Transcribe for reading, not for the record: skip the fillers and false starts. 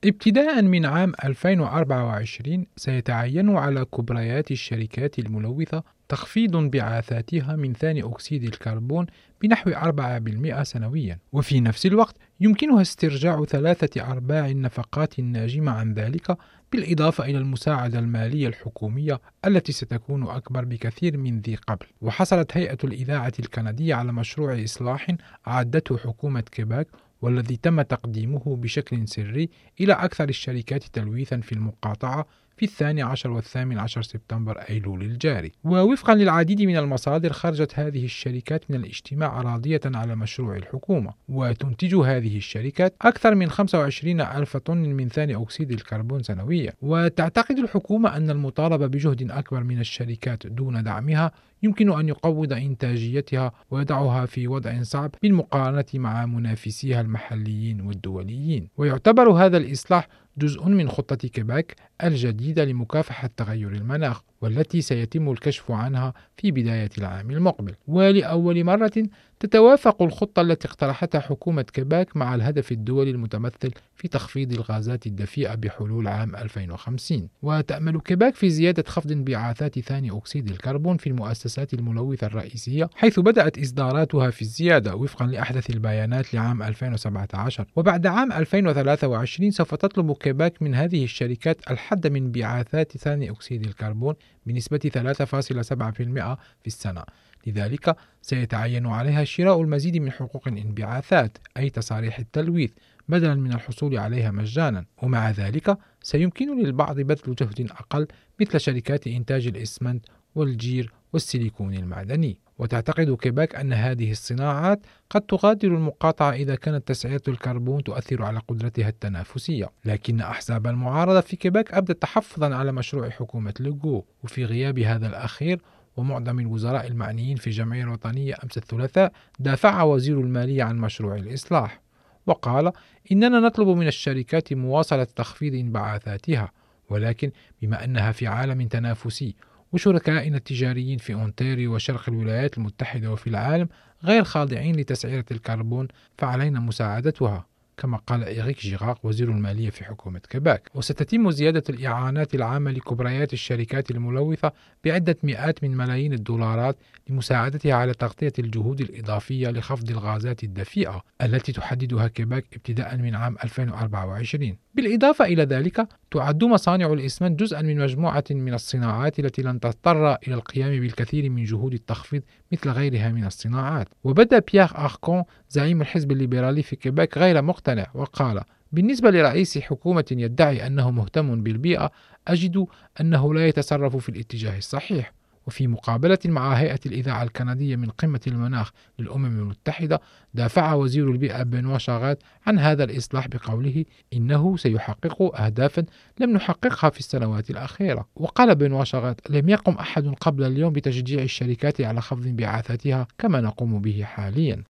ابتداء من عام 2024 سيتعين على كبريات الشركات الملوثة تخفيض انبعاثاتها من ثاني أكسيد الكربون بنحو 4% سنويا، وفي نفس الوقت يمكنها استرجاع 3/4 النفقات الناجمة عن ذلك، بالإضافة إلى المساعدة المالية الحكومية التي ستكون أكبر بكثير من ذي قبل. وحصلت هيئة الإذاعة الكندية على مشروع إصلاح أعدته حكومة كيباك، والذي تم تقديمه بشكل سري إلى أكثر الشركات تلويثا في المقاطعة في 12 و18 سبتمبر أيلول الجاري. ووفقا للعديد من المصادر، خرجت هذه الشركات من الاجتماع راضية على مشروع الحكومة، وتنتج هذه الشركات أكثر من 25 ألف طن من ثاني أكسيد الكربون سنويا. وتعتقد الحكومة أن المطالبة بجهد أكبر من الشركات دون دعمها يمكن أن يقوض إنتاجيتها ويضعها في وضع صعب بالمقارنة مع منافسيها المحليين والدوليين. ويعتبر هذا الإصلاح جزء من خطة كيباك الجديدة لمكافحة تغير المناخ، والتي سيتم الكشف عنها في بداية العام المقبل. ولأول مرة تتوافق الخطة التي اقترحتها حكومة كيباك مع الهدف الدولي المتمثل في تخفيض الغازات الدفيئة بحلول عام 2050. وتأمل كيباك في زيادة خفض انبعاثات ثاني أكسيد الكربون في المؤسسات الملوثة الرئيسية، حيث بدأت إصداراتها في الزيادة وفقا لأحدث البيانات لعام 2017. وبعد عام 2023 سوف تطلب كيباك من هذه الشركات الحد من انبعاثات ثاني أكسيد الكربون بنسبة 3.7% في السنة. لذلك سيتعين عليها شراء المزيد من حقوق الانبعاثات، أي تصاريح التلويث، بدلا من الحصول عليها مجانا. ومع ذلك سيمكن للبعض بذل جهد أقل، مثل شركات إنتاج الإسمنت والجير والسيليكون المعدني. وتعتقد كيباك أن هذه الصناعات قد تغادر المقاطعة إذا كانت تسعيرة الكربون تؤثر على قدرتها التنافسية، لكن أحزاب المعارضة في كيباك أبدت تحفظا على مشروع حكومة ليغو. وفي غياب هذا الأخير ومعظم الوزراء المعنيين في الجمعية الوطنية أمس الثلاثاء، دافع وزير المالية عن مشروع الإصلاح وقال: إننا نطلب من الشركات مواصلة تخفيض انبعاثاتها، ولكن بما أنها في عالم تنافسي وشركائنا التجاريين في أونتاريو وشرق الولايات المتحدة وفي العالم غير خاضعين لتسعيرة الكربون، فعلينا مساعدتها، كما قال إيريك جيراق وزير المالية في حكومة كيباك. وستتم زيادة الإعانات العامة لكبريات الشركات الملوثة بعدة مئات من ملايين الدولارات لمساعدتها على تغطية الجهود الإضافية لخفض الغازات الدفيئة التي تحددها كيباك ابتداء من عام 2024. بالإضافة إلى ذلك، تعد مصانع الإسمنت جزءا من مجموعة من الصناعات التي لن تضطر إلى القيام بالكثير من جهود التخفيض مثل غيرها من الصناعات. وبدأ بيير أركون زعيم الحزب الليبرالي في كيباك غير مقتنع، وقال: بالنسبة لرئيس حكومة يدعي أنه مهتم بالبيئة، أجد أنه لا يتصرف في الاتجاه الصحيح. وفي مقابلة مع هيئة الإذاعة الكندية من قمة المناخ للأمم المتحدة، دافع وزير البيئة بنوا شاغات عن هذا الإصلاح بقوله: إنه سيحقق أهدافا لم نحققها في السنوات الأخيرة. وقال بنوا شاغات: لم يقم أحد قبل اليوم بتشجيع الشركات على خفض انبعاثاتها كما نقوم به حاليا.